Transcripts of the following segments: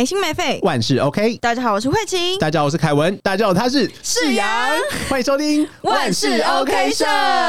没心没肺， 万事 OK。 大家好，我是慧晴。 大家好，我是凯文。大家好，他是世阳。 欢迎收听万事 OK 社。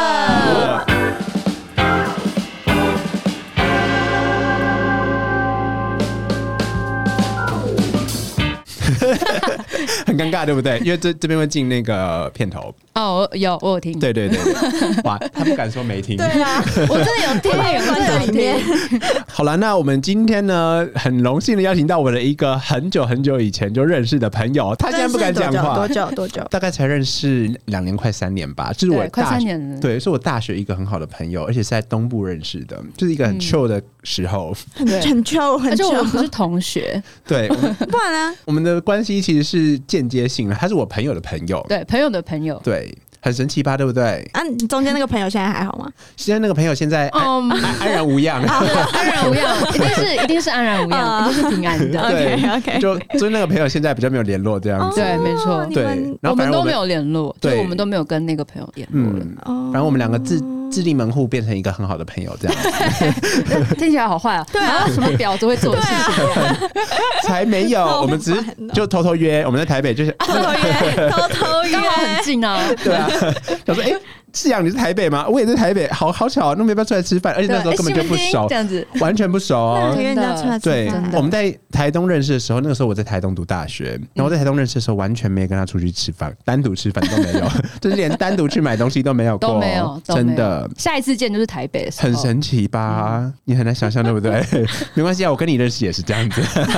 很尴尬，对不对？因为这边会进那个片头。 哦，我有听。 对对对，哇，他不敢说没听。 对啊，我真的有听，关在里面。 好了，那我们今天呢，很荣幸的邀请到我的一个很久很久以前就认识的朋友，他现在不敢讲话。 多久？ 大概才认识2年快3年吧，就是我快3年了。 对，是我大学一个很好的朋友，而且是在东部认识的，就是一个很 chill 的时候， 很 chill， 而且我们不是同学。 对， 不然呢？ 我们的关系其实是间接性的，他是我朋友的朋友， 对，朋友的朋友， 对。很神奇吧，对不对？ 啊，你中间那个朋友现在还好吗？ 现在那个朋友现在安然无恙， 安然无恙，一定是安然无恙，一定是平安的。 OK， 就那个朋友现在比较没有联络这样子， 对，没错， 对。然后我们都没有联络，对，我们都没有跟那个朋友联络了。 反正我们两个自立门户，变成一个很好的朋友这样子。 听起来好坏啊！对啊，什么婊子会做的事情？ 才没有，我们只是就偷偷约，我们在台北就是偷偷约， 刚好很近啊。 对啊。想说世阳你是台北吗？我也是台北，好巧，那没办法出来吃饭，而且那时候根本就不熟， 这样子完全不熟哦。 约人家出来吃饭。 对，我们在台东认识的时候，那个时候我在台东读大学，然后我在台东认识的时候，完全没跟他出去吃饭，单独吃饭都没有，就是连单独去买东西都没有过， 都没有， 真的。 下一次见就是台北的时候， 很神奇吧？你很难想象，对不对？没关系啊，我跟你认识也是这样子。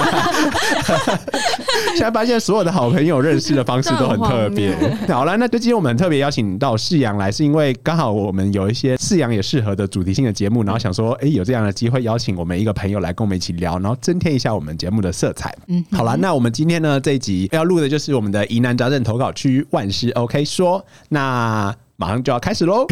现在发现所有的好朋友认识的方式都很特别。好了，那就今天我们很特别邀请到世阳来，是因为刚好我们有一些世阳也适合的主题性的节目，然后想说，有这样的机会邀请我们一个朋友来跟我们一起聊，然后增添一下我们节目的色彩。好了，那我们今天呢这一集要录的就是我们的疑难杂症投稿区万事 OK 说，那马上就要开始喽。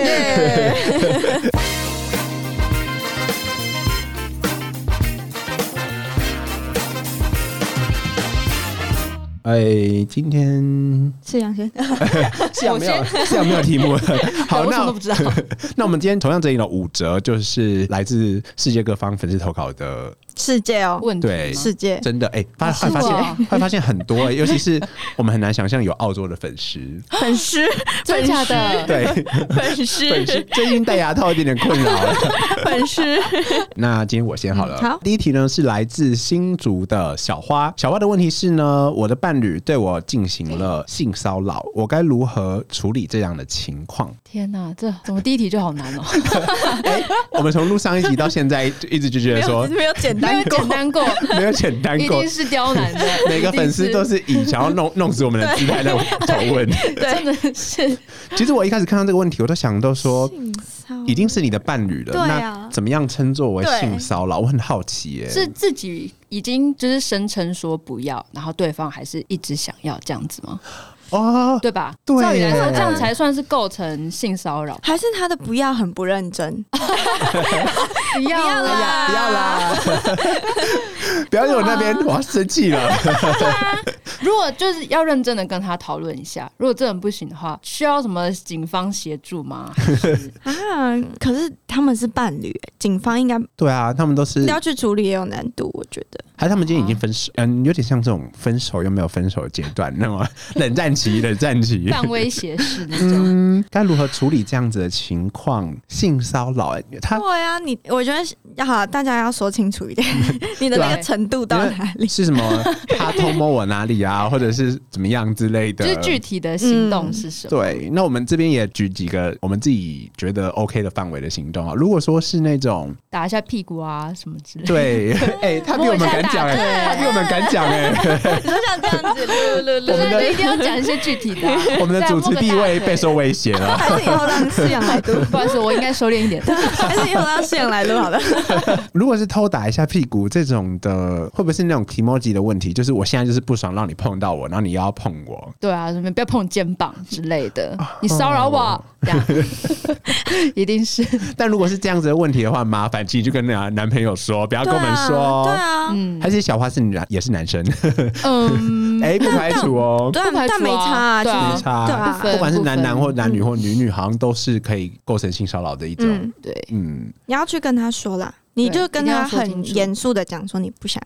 今天世阳先， 世阳没有题目。好， 那我不知道。 那我们今天同样整理了5则，就是来自世界各方粉丝投稿的世界哦， 问题对世界真的发现很多尤其是我们很难想象有澳洲的粉丝， 真的假的？ 对， 粉丝最近戴牙套有点困扰。 粉丝， 那今天我先好了。 好， 第一题呢是来自新竹的小花。小花的问题是呢，我的伴侣对我进行了性骚扰，我该如何处理这样的情况？ 天哪，这怎么第一题就好难哦？ 我们从录上一集到现在一直就觉得说没有简单过， 没有简单过， 一定是刁难的。 每个粉丝都是以想要弄死我们的姿态来投问。 真的是。 其实我一开始看到这个问题，我都想到说，已经是你的伴侣了，那怎么样称作为性骚扰？我很好奇耶。 是自己已经就是声称说不要，然后对方还是一直想要这样子吗？ 哦， 对吧？ 对， 照理来说这样才算是构成性骚扰， 还是他的不要很不认真？ 不要啦， 不要在我那边，我要生气了。 如果就是要认真的跟他讨论一下，如果真的不行的话，需要什么警方协助吗？ 可是他们是伴侣，警方应该对啊，他们都是要去处理也有难度，我觉得。 还是他们今天已经分手，有点像这种分手又没有分手的阶段，那么冷战期， 半威胁式那种。 该如何处理这样子的情况？性骚扰， 对啊，我觉得好，大家要说清楚一点，你的那个程度到哪里？ 是什么？他偷摸我哪里啊，或者是怎么样之类的？ 就是具体的行动是什么？ 对，那我们这边也举几个我们自己觉得 OK 的范围的行动啊。如果说是那种打一下屁股啊什么之类的， 对，他比我们敢讲他比我们敢讲你说像这样子， 我们的一定要讲一些具体的。 我们的主持地位备受威胁了。 还是以后让世阳来录？ 不好意思，我应该收敛一点。 还是以后让世阳来录好了。 如果是偷打一下屁股这种的，会不会是那种 emoji 的问题？就是我现在就是不爽让你碰到我，然后你又要碰我。 对啊，什么不要碰肩膀之类的，你骚扰我，这样一定是。 但如果是这样子的问题的话，麻烦其实就跟男朋友说，不要跟我们说。 对啊， 还是小花也是男生。不排除哦。 对，但没差， 对啊， 没差，对啊，不管是男或男女或女，好像都是可以构成性骚扰的一种。 对， 你要去跟他说啦，你就跟他很严肃的讲说你不想要这样子。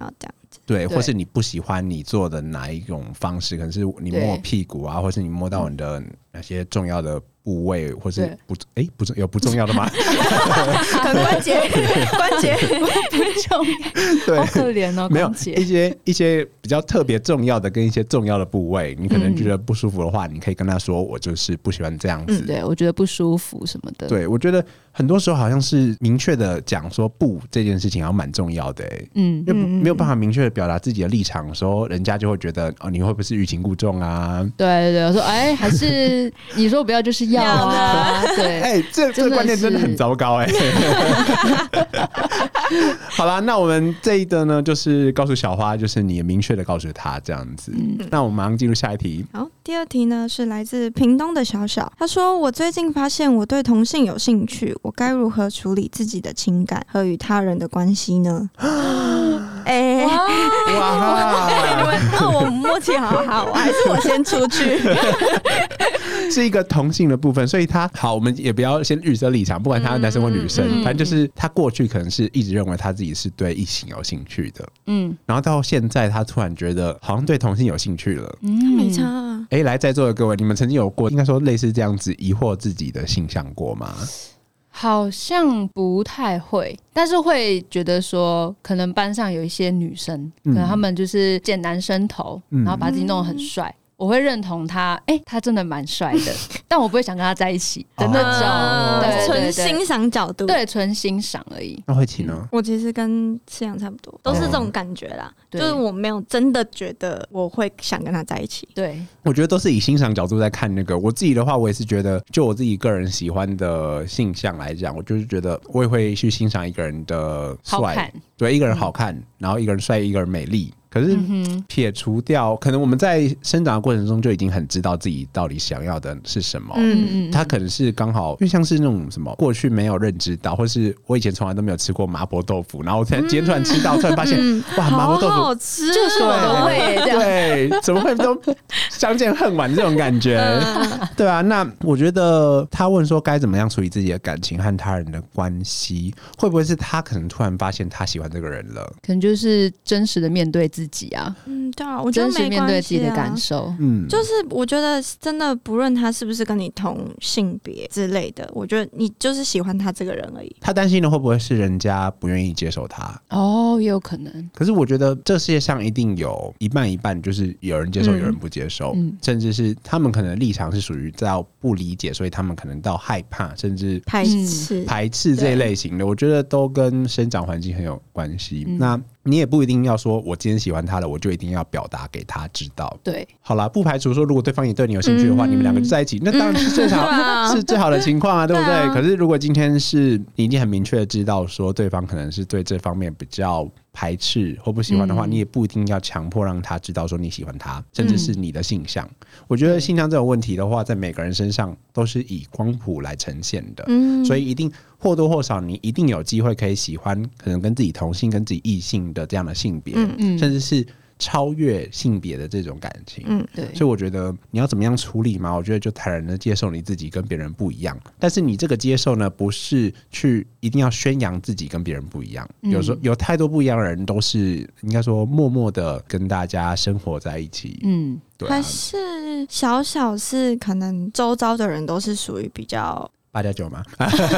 子。 对，或是你不喜欢你做的哪一种方式，可能是你摸屁股啊，或是你摸到你的哪些重要的部位，或是有不重要的吗？ 可能关节不重要， 对， 好可怜哦， 没有关节一些比较特别重要的跟一些重要的部位，你可能觉得不舒服的话，你可以跟他说，我就是不喜欢这样子。 对，我觉得不舒服什么的。 对，我觉得很多时候好像是明确的讲说不这件事情，好像蛮重要的因为没有办法明确的表达自己的立场的时候，人家就会觉得你会不会是欲擒故纵啊？ 对对，我说还是你说不要就是要啊？对， 这个观念真的很糟糕好啦，那我们这一个呢，就是告诉小花，就是你明确的告诉他这样子。那我们马上进入下一题。 好，第二题呢是来自屏东的小小，他说：“我最近发现我对同性有兴趣，我该如何处理自己的情感和与他人的关系呢？”我们默契好好，还是我先出去。 是一个同性的部分，所以他好，我们也不要先预设立场，不管他男生或女生，反正就是他过去可能是一直认为他自己是对异性有兴趣的，然后到现在他突然觉得好像对同性有兴趣了， 没差啊。 来在座的各位，你们曾经有过应该说类似这样子疑惑自己的性向过吗？ 好像不太会，但是会觉得说，可能班上有一些女生，可能她们就是剪男生头，然后把自己弄得很帅。我会认同他，他真的蛮帅的，但我不会想跟他在一起的那种，对， 纯欣赏角度， 对，纯欣赏而已。 那慧琪呢？ 我其实跟世阳差不多，都是这种感觉啦，就是我没有真的觉得我会想跟他在一起。 对， 我觉得都是以欣赏角度在看那个。我自己的话，我也是觉得，就我自己个人喜欢的性向来讲，我就是觉得我也会去欣赏一个人的帅，对，一个人好看，然后一个人帅，一个人美丽。可是撇除掉，可能我们在生长的过程中就已经很知道自己到底想要的是什么。他可能是刚好，就像是那种什么过去没有认知到，或是我以前从来都没有吃过麻婆豆腐，然后今天突然吃到，突然发现哇，麻婆豆腐好好吃， 这是我的胃， 对，怎么会都相见恨晚这种感觉？对啊，那我觉得他问说该怎么样处理自己的感情和他人的关系，会不会是他可能突然发现他喜欢这个人了？ 可能就是真实的面对自己啊， 对啊，我觉得没关系啊，真实面对自己的感受， 就是我觉得真的不论他是不是跟你同性别之类的，我觉得你就是喜欢他这个人而已。 他担心的会不会是人家不愿意接受他？ 也有可能。 可是我觉得这世界上一定有一半一半，就是有人接受，有人不接受，甚至是他们可能立场是属于到不理解，所以他们可能到害怕，甚至排斥这一类型的，我觉得都跟生长环境很有关系。那你也不一定要说我今天喜欢他了，我就一定要表达给他知道。 对， 好啦，不排除说如果对方也对你有兴趣的话，你们两个就在一起，那当然是最好是最好的情况啊，对不对？可是如果今天是你已经很明确的知道说对方可能是对这方面比较排斥或不喜欢的话，你也不一定要强迫让他知道说你喜欢他，甚至是你的性向。我觉得性向这种问题的话，在每个人身上都是以光谱来呈现的，所以一定或多或少你一定有机会可以喜欢可能跟自己同性跟自己异性的这样的性别，甚至是超越性别的这种感情， 对， 所以我觉得你要怎么样处理嘛？我觉得就坦然的接受你自己跟别人不一样，但是你这个接受呢，不是去一定要宣扬自己跟别人不一样。有时候有太多不一样的人，都是应该说默默的跟大家生活在一起。对啊， 还是小小是可能周遭的人都是属于比较。 8+9吗？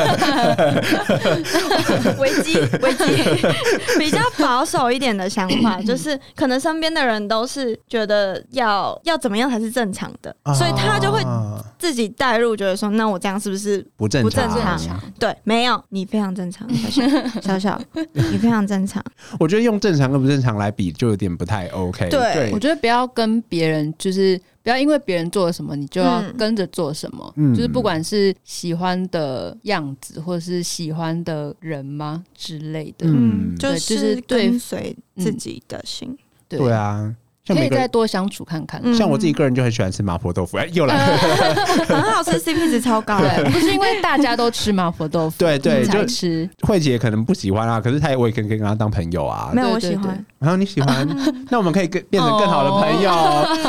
危机比较保守一点的想法，就是可能身边的人都是觉得要怎么样才是正常的，所以他就会自己带入，觉得说，那我这样是不是不正常？对，没有，你非常正常，小小，你非常正常。 我觉得用正常跟不正常来比，就有点不太 OK。 对，我觉得不要跟别人就是不要因为别人做了什么你就要跟着做什么，就是不管是喜欢的样子或者是喜欢的人吗之类的， 就是跟随自己的心。 对啊， 可以再多相处看看。 像我自己个人就很喜欢吃麻婆豆腐，又来了， 很好吃，CP 值超高。 对，不是因为大家都吃麻婆豆腐， 对， 才吃。 慧姐可能不喜欢啊，可是我也可以跟她当朋友啊。 没有，我喜欢。 然后你喜欢，那我们可以变成更好的朋友。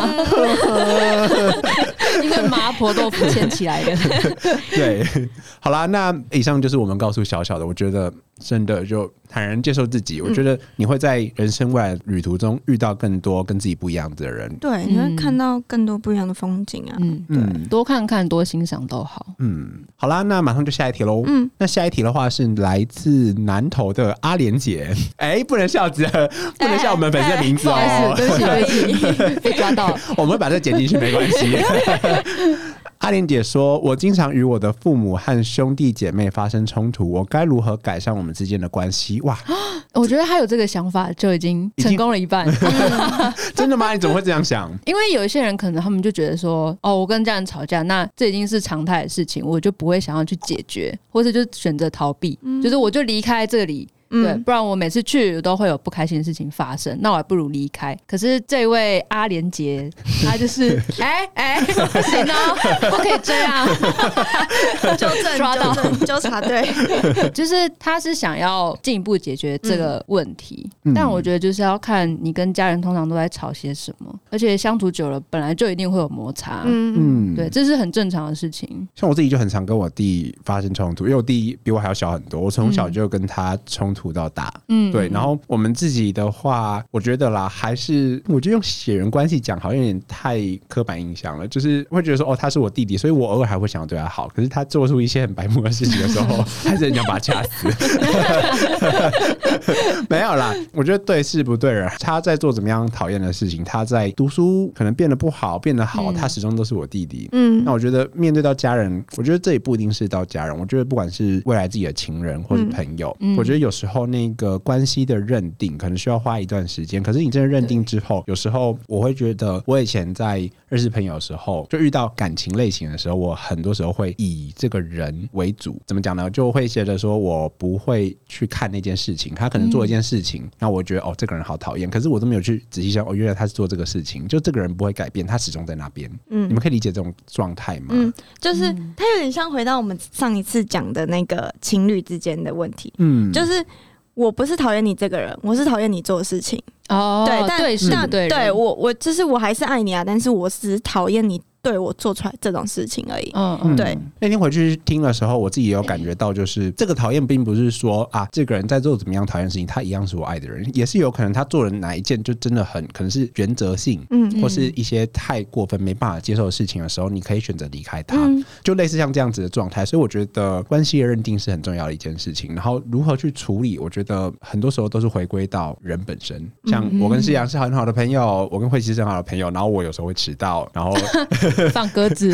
因为麻婆豆腐牵起来的。 对，好啦，那以上就是我们告诉小小的，我觉得真的就坦然接受自己，我觉得你会在人生未来旅途中遇到更多跟自己不一样的人。 对，你会看到更多不一样的风景啊。 对，多看看多欣赏都好。 好啦，那马上就下一题咯。那下一题的话是来自南投的阿莲姐。不能笑不能笑我们粉丝的名字哦。 不好意思，对不起被抓到了。 我们会把这剪进去没关系。阿莲姐说，我经常与我的父母和兄弟姐妹发生冲突，我该如何改善我们之间的关系？哇， 我觉得他有这个想法就已经成功了一半。 真的吗？你怎么会这样想？ 因为有一些人可能他们就觉得说，我跟家人吵架，那这已经是常态的事情，我就不会想要去解决，或者就选择逃避，就是我就离开这里。对，不然我每次去都会有不开心的事情发生，那我还不如离开。可是这位阿莲姐，她就是不行哦，不可以这样， 纠正抓到纠察队， 就是她是想要进一步解决这个问题，但我觉得就是要看你跟家人通常都在吵些什么，而且相处久了本来就一定会有摩擦，对，这是很正常的事情。 像我自己就很常跟我弟发生冲突，因为我弟比我还要小很多，我从小就跟他冲突到大，对。然后我们自己的话，我觉得啦，还是我觉得用血缘关系讲，好像有点太刻板印象了，就是会觉得说，他是我弟弟，所以我偶尔还会想要对他好。可是他做出一些很白目的事情的时候，还是很想把他掐死。没有啦，我觉得对事不对人。他在做怎么样讨厌的事情，他在读书可能变得不好，变得好，他始终都是我弟弟。那我觉得面对到家人，我觉得这也不一定是到家人，我觉得不管是未来自己的情人或是朋友，我觉得有时候那个关系的认定可能需要花一段时间。可是你真的认定之后，有时候我会觉得，我以前在认识朋友的时候，就遇到感情类型的时候，我很多时候会以这个人为主。怎么讲呢？就会觉得说我不会去看那件事情，他可能做一件事情，那我觉得这个人好讨厌，可是我都没有去仔细想，原来他是做这个事情，就这个人不会改变，他始终在那边。你们可以理解这种状态吗？ 就是他有点像回到我们上一次讲的那个情侣之间的问题。就是我不是讨厌你这个人，我是讨厌你做的事情。对，但对事不对人。 对我就是我还是爱你啊，但是我只是讨厌你对我做出来这种事情而已。对。 那天回去听的时候，我自己也有感觉到，就是这个讨厌并不是说这个人在做怎么样讨厌的事情，他一样是我爱的人，也是有可能他做了哪一件就真的很可能是原则性，或是一些太过分没办法接受的事情的时候，你可以选择离开他，就类似像这样子的状态。所以我觉得关系的认定是很重要的一件事情，然后如何去处理，我觉得很多时候都是回归到人本身。像我跟世阳是很好的朋友，我跟慧琪是很好的朋友，然后我有时候会迟到，然后放鸽子。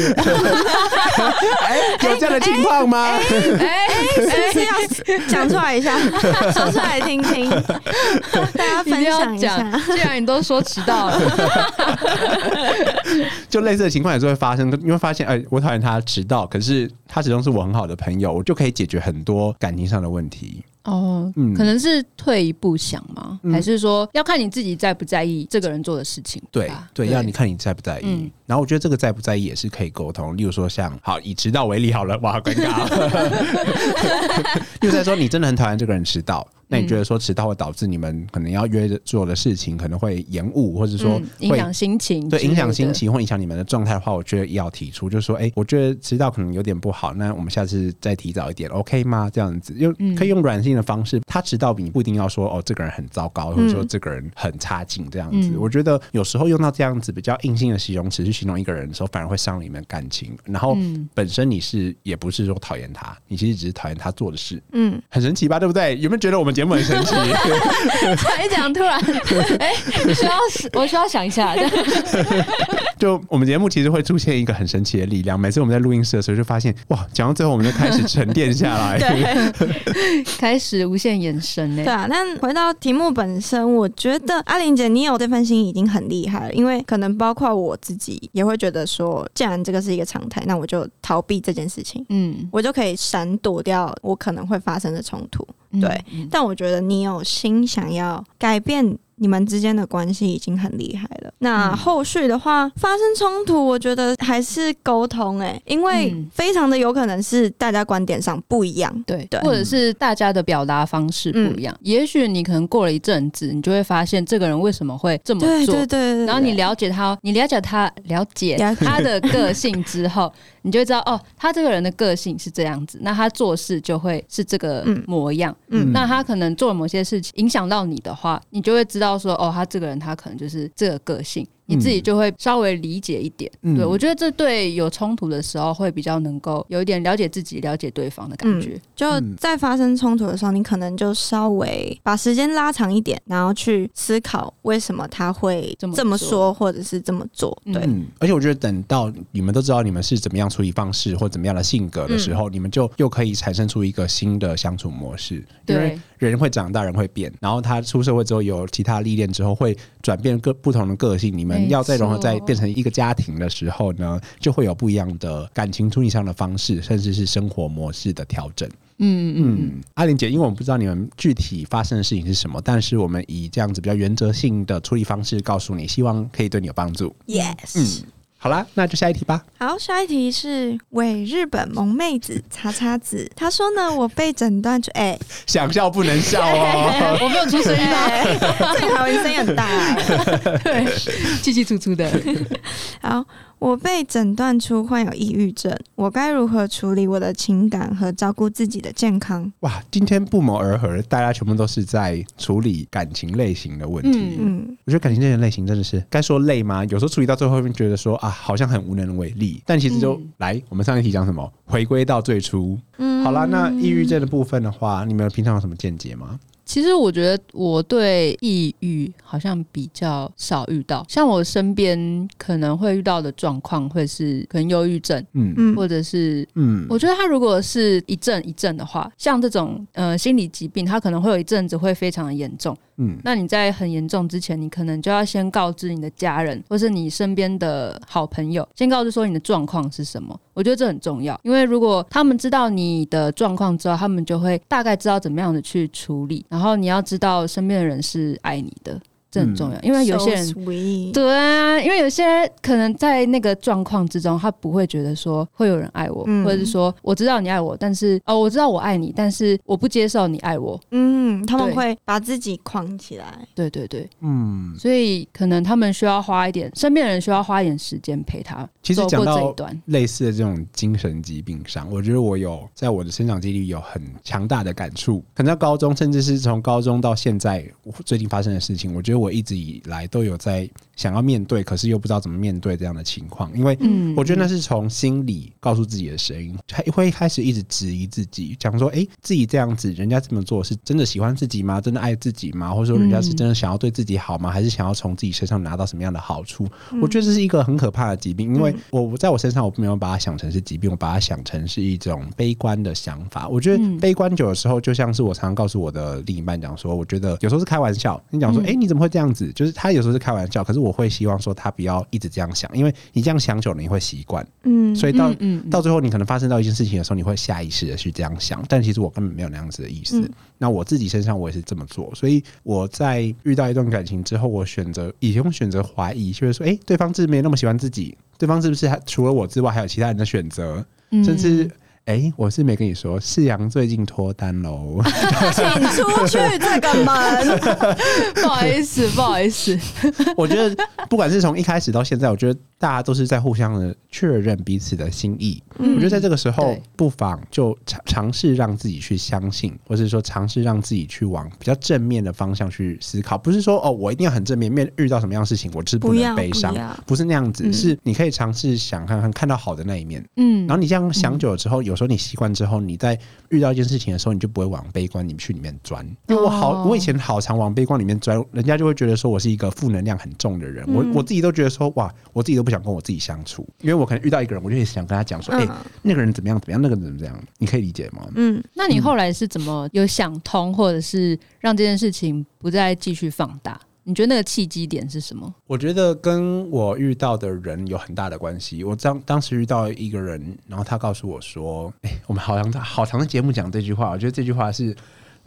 有这样的情况吗？ 是要讲出来一下，说出来听听，大家分享一下。 既然你都说迟到了， 就类似的情况也是会发生。你会发现，我讨厌他迟到，可是他始终是我很好的朋友，我就可以解决很多感情上的问题。 可能是退一步想吗？还是说要看你自己在不在意这个人做的事情？ 对，要你看你在不在意。然后我觉得这个在不在意也是可以沟通。例如说好以迟到为例好了，哇，好尴尬。例如在说你真的很讨厌这个人迟到，那你觉得说迟到会导致你们可能要约做的事情可能会延误，或者说影响心情？ 对，影响心情或影响你们的状态的话，我觉得也要提出，就是说，我觉得迟到可能有点不好，那我们下次再提早一点 ，OK 吗？这样子可以用软性的方式。他迟到你不一定要说这个人很糟糕，或者说这个人很差劲这样子。我觉得有时候用到这样子比较硬性的形容词去形容一个人的时候，反而会伤了你们的感情。然后本身你也不是说讨厌他，你其实只是讨厌他做的事。很神奇吧？对不对？有没有觉得我们节目很神奇？ 才讲突然，我需要想一下。 就我们节目其实会出现一个很神奇的力量，每次我们在录音室的时候就发现，哇，讲到最后我们就开始沉淀下来， 开始无限延伸。 对啊，但回到题目本身，我觉得阿玲姐你有这份心已经很厉害了，因为可能包括我自己也会觉得说，既然这个是一个常态，那我就逃避这件事情，我就可以闪躲掉我可能会发生的冲突。对，但我觉得你有心想要改变你们之间的关系已经很厉害了。那后续的话发生冲突，我觉得还是沟通因为非常的有可能是大家观点上不一样，对， 或者是大家的表达方式不一样。也许你可能过了一阵子，你就会发现这个人为什么会这么做， 对， 然后你了解他的个性之后， 你就会知道哦，他这个人的个性是这样子，那他做事就会是这个模样。那他可能做了某些事情影响到你的话，你就会知道说哦，他这个人他可能就是这个个性。你自己就会稍微理解一点。对，我觉得这对有冲突的时候会比较能够有一点了解自己了解对方的感觉。 就在发生冲突的时候，你可能就稍微把时间拉长一点，然后去思考为什么他会这么说或者是这么做。对， 而且我觉得等到你们都知道你们是怎么样处理方式或怎么样的性格的时候，你们就又可以产生出一个新的相处模式。因为人会长大，人会变，然后他出社会之后有其他历练之后会转变不同的个性，你们要再融合再变成一个家庭的时候呢，就会有不一样的感情处理上的方式，甚至是生活模式的调整。阿玲姐，因为我们不知道你们具体发生的事情是什么，但是我们以这样子比较原则性的处理方式告诉你，希望可以对你有帮助。 Yes。 好啦，那就下一题吧。 好，下一题是伪日本萌妹子叉叉子，他说呢，我被诊断出想笑不能笑哦， 我没有出声音啊， 这个台湾声音很大对，气气粗粗的。 好，我被诊断出患有抑郁症，我该如何处理我的情感和照顾自己的健康？ 哇，今天不谋而合，大家全部都是在处理感情类型的问题。我觉得感情类型真的是该说累吗？有时候处理到最后会觉得说啊，好像很无能为力，但其实就来，我们上一题讲什么？回归到最初。好啦，那抑郁症的部分的话，你们平常有什么见解吗？ 其实我觉得我对抑郁好像比较少遇到，像我身边可能会遇到的状况会是可能忧郁症，或者是我觉得他如果是一阵一阵的话，像这种心理疾病，他可能会有一阵子会非常的严重。那你在很严重之前，你可能就要先告知你的家人或是你身边的好朋友，先告知说你的状况是什么。我觉得这很重要，因为如果他们知道你的状况之后，他们就会大概知道怎么样的去处理，然后你要知道身边的人是爱你的，这很重要。因为有些人 so sweet 对啊，因为有些可能在那个状况之中，他不会觉得说会有人爱我，或者是说我知道你爱我，但是我知道我爱你，但是我不接受你爱我。 他们会把自己框起来。对对对， 所以可能他们需要花一点，身边的人需要花一点时间陪他走过这一段。 类似的这种精神疾病上，我觉得我有在我的成长经历有很强大的感触。可能到高中，甚至是从高中到现在，最近发生的事情，我觉得我一直以来都有在想要面对，可是又不知道怎么面对这样的情况。因为我觉得那是从心里告诉自己的声音，会开始一直质疑自己，讲说自己这样子，人家这么做是真的喜欢自己吗？真的爱自己吗？或者说人家是真的想要对自己好吗？还是想要从自己身上拿到什么样的好处？我觉得这是一个很可怕的疾病，因为我在我身上我没有把它想成是疾病，我把它想成是一种悲观的想法。我觉得悲观久的时候，就像是我常常告诉我的另一半讲说，我觉得有时候是开玩笑，你讲说你怎么会这样子？就是他有时候是开玩笑，可是我会希望说他不要一直这样想，因为你这样想久了你会习惯。所以到最后你可能发生到一件事情的时候，你会下意识的去这样想，但其实我根本没有那样子的意思。那我自己身上我也是这么做，所以我在遇到一段感情之后，我以前选择怀疑，就是说对方是不是没那么喜欢自己，对方是不是除了我之外还有其他人的选择，甚至我是没跟你说，世阳最近脱单喽， 请出去这个门。 不好意思，不好意思。 我觉得不管是从一开始到现在，我觉得大家都是在互相的确认彼此的心意。我觉得在这个时候，不妨就尝试让自己去相信，或是说尝试让自己去往比较正面的方向去思考。不是说我一定要很正面，遇到什么样的事情我就是不能悲伤，不是那样子。是你可以尝试想看到好的那一面。然后你这样想久了之后，有时候你习惯之后，你在遇到一件事情的时候，你就不会往悲观里面钻。因为我以前好常往悲观里面钻，人家就会觉得说我是一个负能量很重的人。我自己都觉得说哇，我自己都不想跟我自己相处，因为我可能遇到一个人，我就会想跟他讲说那个人怎么样怎么样，那个人怎么样，你可以理解吗？ 那你后来是怎么有想通，或者是让这件事情不再继续放大？你觉得那个契机点是什么？ 我觉得跟我遇到的人有很大的关系。我当时遇到一个人，然后他告诉我说我们好常在节目讲这句话，我觉得这句话是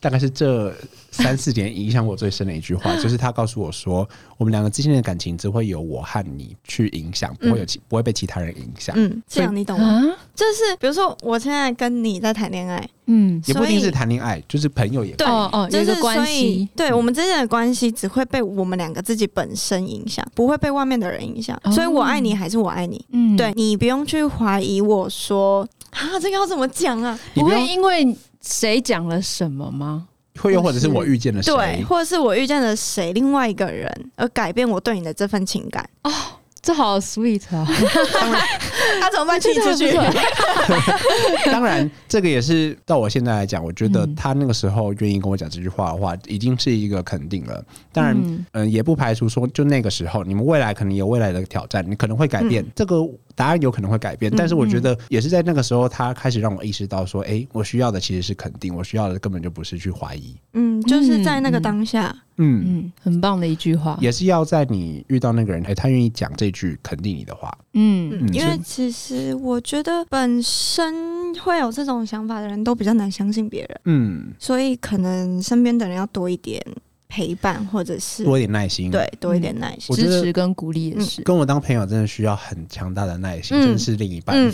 大概是这3-4年影响我最深的一句话，就是他告诉我说，我们两个之间的感情只会由我和你去影响，不会被其他人影响。 这样你懂吗？就是比如说我现在跟你在谈恋爱， 也不一定是谈恋爱，就是朋友也可以。 有一个关系， 对，我们之间的关系只会被我们两个自己本身影响，不会被外面的人影响。所以我爱你还是我爱你，对，你不用去怀疑我说这个要怎么讲啊？ 不会因为谁讲了什么吗？ 会又或者是我遇见了谁， 对，或者是我遇见了谁另外一个人而改变我对你的这份情感。 这好 sweet 啊！ 他怎么办？请你出去。 当然，这个也是到我现在来讲，我觉得他那个时候愿意跟我讲这句话的话，已经是一个肯定了。当然，也不排除说，就那个时候，你们未来可能有未来的挑战，你可能会改变。这个答案有可能会改变，但是我觉得也是在那个时候，他开始让我意识到说，我需要的其实是肯定，我需要的根本就不是去怀疑。 就是在那个当下。 很棒的一句话， 也是要在你遇到那个人，他愿意讲这句肯定你的话。 因为其实我觉得本身会有这种想法的人都比较难相信别人，所以可能身边的人要多一点陪伴，或者是多一点耐心， 对，多一点耐心， 支持跟鼓励也是。 跟我当朋友真的需要很强大的耐心，真是另一半。因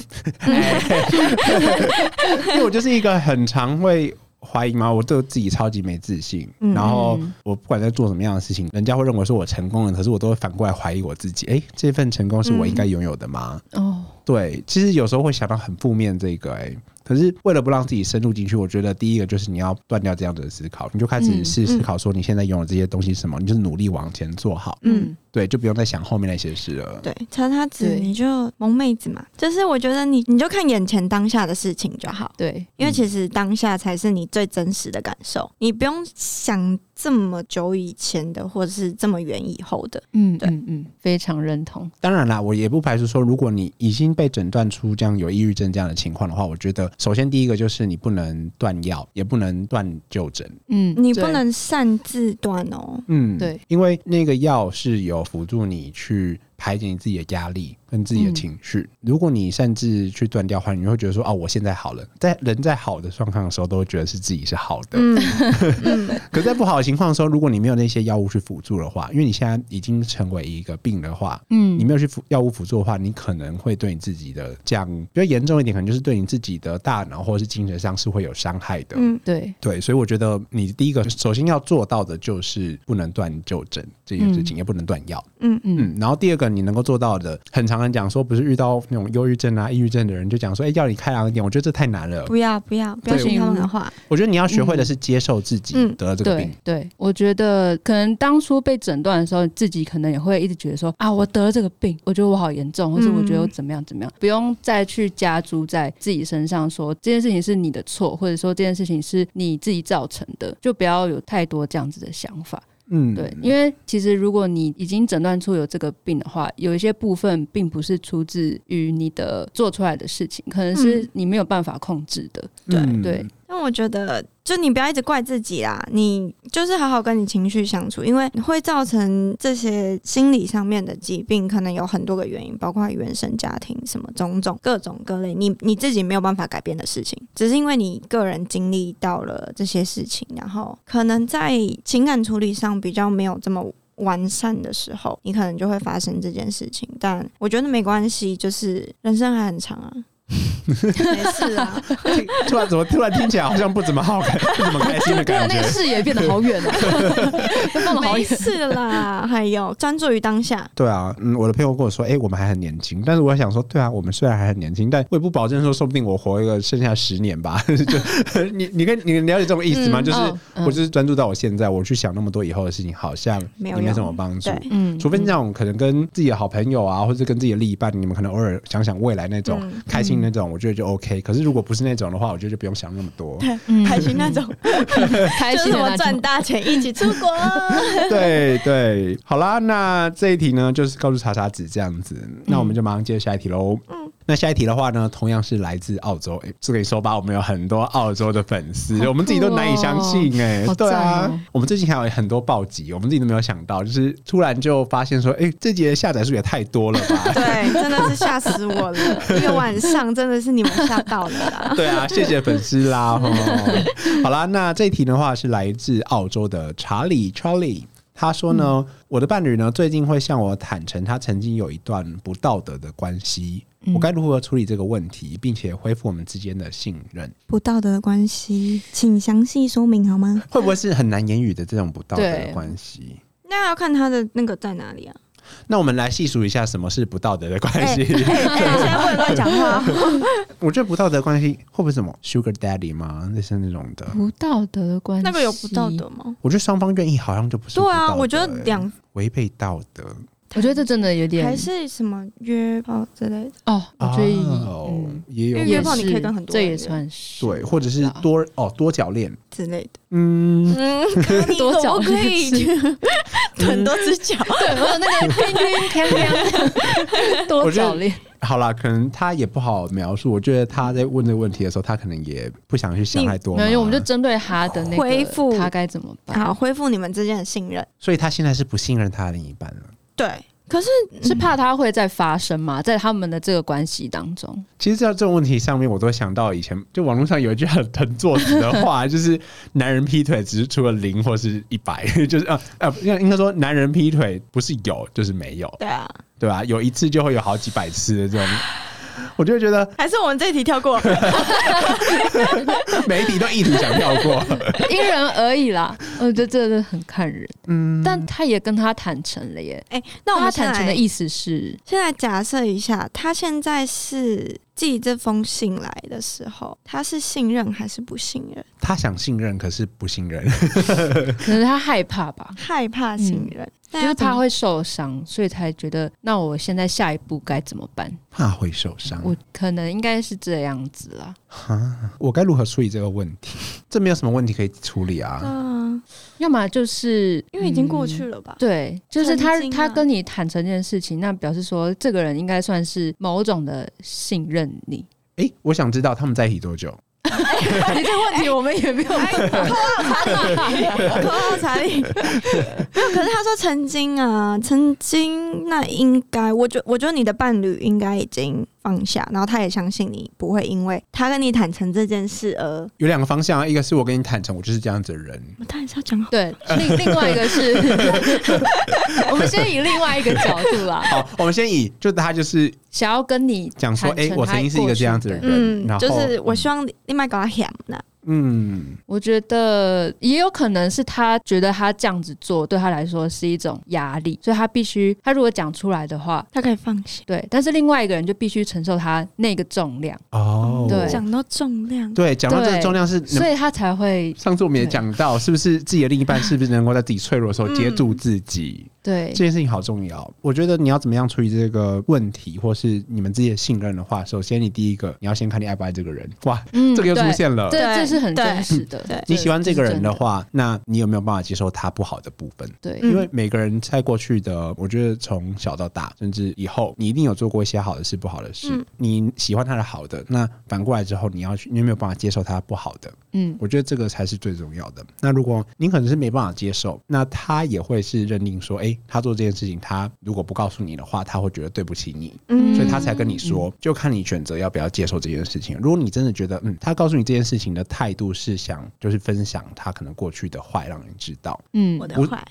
为我就是一个很常会怀疑嘛，我对自己超级没自信，然后我不管在做什么样的事情，人家会认为说我成功了，可是我都会反过来怀疑我自己，这份成功是我应该拥有的吗？对，其实有时候会想到很负面这个可是为了不让自己深入进去，我觉得第一个就是你要断掉这样的思考，你就开始思考说你现在拥有这些东西是什么，你就是努力往前做好。对，就不用再想后面那些事了。 对，叉子你就萌妹子嘛，就是我觉得你就看眼前当下的事情就好。 对， 因为其实当下才是你最真实的感受，你不用想这么久以前的，或者是这么远以后的。 对，非常认同。 当然啦，我也不排除说，如果你已经被诊断出这样有抑郁症这样的情况的话，我觉得首先第一个就是你不能断药，也不能断就诊。 你不能擅自断哦。 对， 因为那个药是有辅助你去排解你自己的压力跟自己的情绪。如果你擅自去断掉的话，你会觉得说我现在好了，人在好的状况的时候都会觉得是自己是好的。可是在不好的情况的时候，如果你没有那些药物去辅助的话，因为你现在已经成为一个病的话，你没有去药物辅助的话，你可能会对你自己的这样比较严重一点，可能就是对你自己的大脑或者是精神上是会有伤害的。对，所以我觉得你第一个首先要做到的就是不能断就诊这件事情，也不能断药。然后第二个你能够做到的，很常人讲说，不是遇到那种忧郁症抑郁症的人就讲说，要你开朗一点，我觉得这太难了， 不要听他们的话。 我觉得你要学会的是接受自己得了这个病。 对，我觉得可能当初被诊断的时候，自己可能也会一直觉得说我得了这个病，我觉得我好严重，或是我觉得我怎么样，不用再去加诸在自己身上说这件事情是你的错，或者说这件事情是你自己造成的，就不要有太多这样子的想法。对，因为其实如果你已经诊断出有这个病的话，有一些部分并不是出自于你的做出来的事情，可能是你没有办法控制的。对。 但我觉得就你不要一直怪自己啦，你就是好好跟你情绪相处，因为会造成这些心理上面的疾病可能有很多个原因，包括原生家庭什么种种各种各类你自己没有办法改变的事情，只是因为你个人经历到了这些事情，然后可能在情感处理上比较没有这么完善的时候，你可能就会发生这件事情。但我觉得没关系，就是人生还很长啊。没事啊。 突然听起来好像不怎么好看，不怎么开心的感觉。 那个视野变得好远啊。 没事啦，还有专注于当下。对啊， 我的朋友跟我说，我们还很年轻，但是我想说，对啊，我们虽然还很年轻，但我也不保证说不定我活一个剩下10年吧。就你了解这种意思吗？就是我就是专注到我现在，我去想那么多以后的事情，好像也没什么帮助。除非那种可能跟自己的好朋友或者跟自己的另一半，你们可能偶尔想想未来那种开心那种，我觉得就 OK。可是如果不是那种的话，我觉得就不用想那么多。 开心那种，就是什么赚大钱一起出国。对， 好啦，那这一题呢，就是告诉查查子这样子。那我们就马上接下一题喽。 那下一题的话呢，同样是来自澳洲。这个说吧，我们有很多澳洲的粉丝，我们自己都难以相信对啊，我们最近还有很多暴击，我们自己都没有想到，就是突然就发现说，这集的下载数也太多了吧？ 对，真的是吓死我了，一个晚上真的是你们吓到了啦。 对啊，谢谢粉丝啦。好啦，那这一题的话是来自澳洲的查理 Charlie。他说呢，我的伴侣呢最近会向我坦诚他曾经有一段不道德的关系，我该如何处理这个问题，并且恢复我们之间的信任？ 不道德的关系，请详细说明好吗？ 会不会是很难言语的这种不道德的关系？ 那要看他的那个在哪里啊。 那我们来细数一下什么是不道德的关系。 现在不能乱讲话。 我觉得不道德的关系会不会是什么 Sugar Daddy 吗？类似那种的不道德的关系， 那个有不道德吗？ 我觉得双方愿意好像就不是不道德。 对啊，我觉得违背道德。 我觉得这真的有点， 还是什么约炮之类的哦。我觉得也有约炮，你可以跟很多人， 这也算是对，或者是多角恋之类的。 多角可以很多只脚， 对，我有那个冰冰天亮多角恋。 好啦，可能他也不好描述。我觉得他在问这个问题的时候，他可能也不想去想太多。 没有，我们就针对他的那个恢复， 他该怎么办？ 好，恢复你们之间的信任。 所以他现在是不信任他的另一半了。 对，可是是怕他会再发生吗？在他们的这个关系当中， 其实在这种问题上面，我都想到以前就网络上有一句很作死的话，就是男人劈腿只是除了0或是100，就是应该说男人劈腿不是有就是没有。 对啊， 对吧？有一次就会有好几百次的这种。我就会觉得还是我们这一题跳过， 每一题都意图想跳过， 因人而异啦。我觉得这很看人，但他也跟他坦诚了耶。 那我们他坦诚的意思是， 现在假设一下，他现在是寄这封信来的时候，他是信任还是不信任？ 他想信任，可是不信任， 可能他害怕吧， 害怕信任。 就是怕会受伤，所以才觉得那我现在下一步该怎么办？ 怕会受伤， 我可能应该是这样子啦。 我该如何处理这个问题？这没有什么问题可以处理啊。 要么就是因为已经过去了吧？ 对，就是他跟你坦诚这件事情，那表示说这个人应该算是某种的信任你。 我想知道他们在一起多久？ 你这个问题我们也没有扣号查理，没有。可是他说曾经，那应该，我觉得你的伴侣应该已经放下，然后他也相信你不会因为他跟你坦诚这件事而有2个方向，一个是我跟你坦诚，我就是这样子的人。 我当然是要讲好。 对，另外一个是，我们先以另外一个角度啦。 好，我们先以就他就是想要跟你讲说，我曾经是一个这样子的人，然后就是我希望你别搞他嫌啦。 我觉得也有可能是他觉得他这样子做对他来说是一种压力，所以他必须，他如果讲出来的话， 他可以放下。 对，但是另外一个人就必须承受他那个重量。对， 讲到重量， 对，讲到这个重量是， 所以他才会。 上次我们也讲到，是不是自己的另一半是不是能够在自己脆弱的时候接住自己？ 对， 这件事情好重要。我觉得你要怎么样处理这个问题，或是你们之间的信任的话，首先你第一个，你要先看你爱不爱这个人。哇，这个又出现了， 对，这是很真实的。 你喜欢这个人的话，那你有没有办法接受他不好的部分？ 对， 因为每个人在过去的，我觉得从小到大，甚至以后，你一定有做过一些好的事、不好的事。你喜欢他的好的，那反过来之后，你有没有办法接受他不好的？我觉得这个才是最重要的。那如果你可能是没办法接受，那他也会是认定说，他做这件事情，他如果不告诉你的话，他会觉得对不起你，所以他才跟你说。就看你选择要不要接受这件事情。如果你真的觉得，他告诉你这件事情的态度是想就是分享他可能过去的坏，让你知道， 我的坏。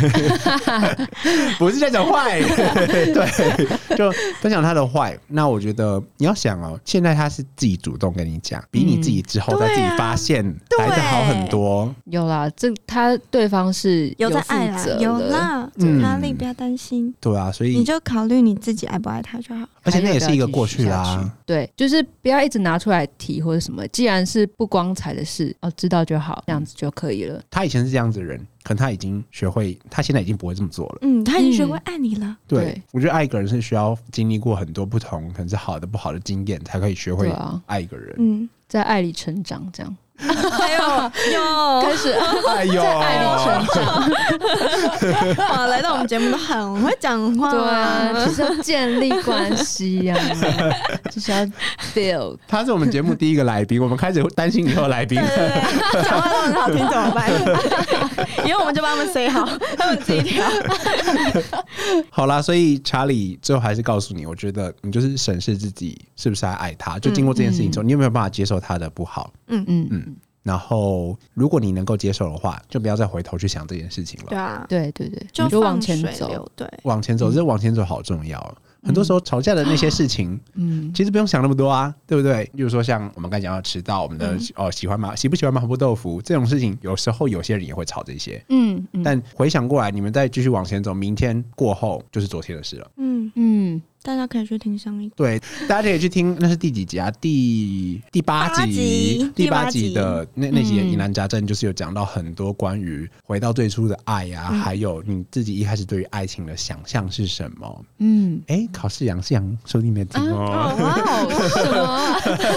不是在讲坏，对，就分享他的坏。那我觉得你要想现在他是自己主动跟你讲，比你自己之后再自己发现来的好很多。 有啦，对方是有在爱啦，有啦，哪里不要担心。 对啊，所以你就考虑你自己爱不爱他就好。 而且那也是一个过去啦。 对，就是不要一直拿出来提或者什么。既然是不光彩的事，知道就好，这样子就可以了。 他以前是这样子的人，可能他已经学会，他现在已经不会这么做了。 他已经学会爱你了。 对，我觉得爱一个人是需要经历过很多不同，可能是好的不好的经验，才可以学会爱一个人。 在爱里成长这样。 还有有开始哎呦， 在爱里成长。 哇，来到我们节目都很会讲话。 对啊，就是要建立关系呀，就是要 build。 他是我们节目第一个来宾，我们开始担心以后来宾讲话都很好听怎么办？以后我们就帮他们 say 好，他们自己调。 好啦，所以查理最后还是告诉你，我觉得你就是审视自己是不是还爱他，就经过这件事情之后，你有没有办法接受他的不好？然后如果你能够接受的话，就不要再回头去想这件事情了。 对啊， 对， 就往前走。 对， 往前走，这往前走好重要。很多时候吵架的那些事情，其实不用想那么多啊，对不对？比如说像我们刚才讲到迟到，我们的喜不喜欢麻婆豆腐这种事情，有时候有些人也会吵这些。但回想过来，你们再继续往前走，明天过后就是昨天的事了。 大家可以去听上一集。 对，大家可以去听，那是第几集啊？第8集的那集的疑难杂症，就是有讲到很多关于回到最初的爱啊，还有你自己一开始对于爱情的想象是什么。考试杨说你没听哦。 哇哦，什么？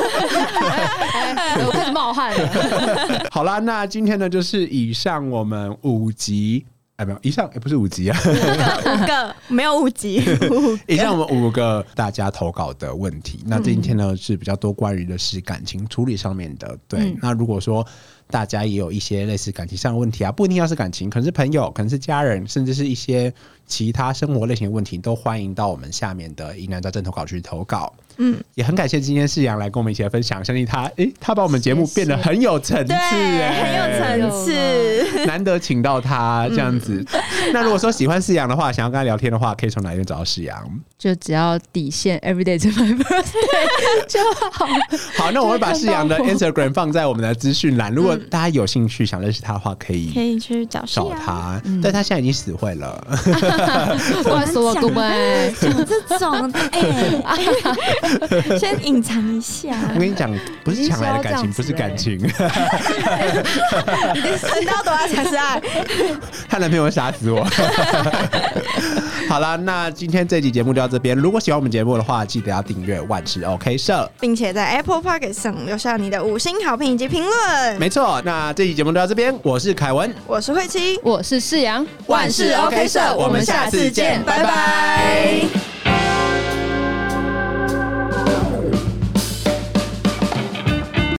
我开始冒汗了。 好啦，那今天呢，就是以上我们5集。没有，以上不是5集啊 ，5个没有5集， 以上我们5个大家投稿的问题。那今天呢是比较多关于的是感情处理上面的，对。那如果说大家也有一些类似感情上的问题啊，不一定要是感情，可能是朋友，可能是家人，甚至是一些其他生活类型的问题，都欢迎到我们下面的疑难杂症投稿区投稿。也很感谢今天世阳来跟我们一起来分享，相信他把我们节目变得很有层次， 很有层次， 难得请到他这样子。那如果说喜欢世阳的话，想要跟他聊天的话，可以从哪里找到世阳？ 就只要底线 everyday to my birthday 就好。 好，那我会把世阳的 Instagram 放在我们的资讯栏，如果大家有兴趣想认识他的话，可以去找他。但他现在已经死会了， 不好意思，各位讲这种先隐藏一下。 我跟你讲，不是抢来的感情，不是感情。你知道多少才是爱？ 她男朋友会杀死我。好啦，那今天这集节目就到这边。如果喜欢我们节目的话，记得要订阅万事 OK 社， 并且在 Apple Podcast 上留下你的5星好评以及评论。 没错，那这集节目就到这边。我是凯文， 我是慧琪， 我是世阳， 万事 OK 社，我们下次见，拜拜。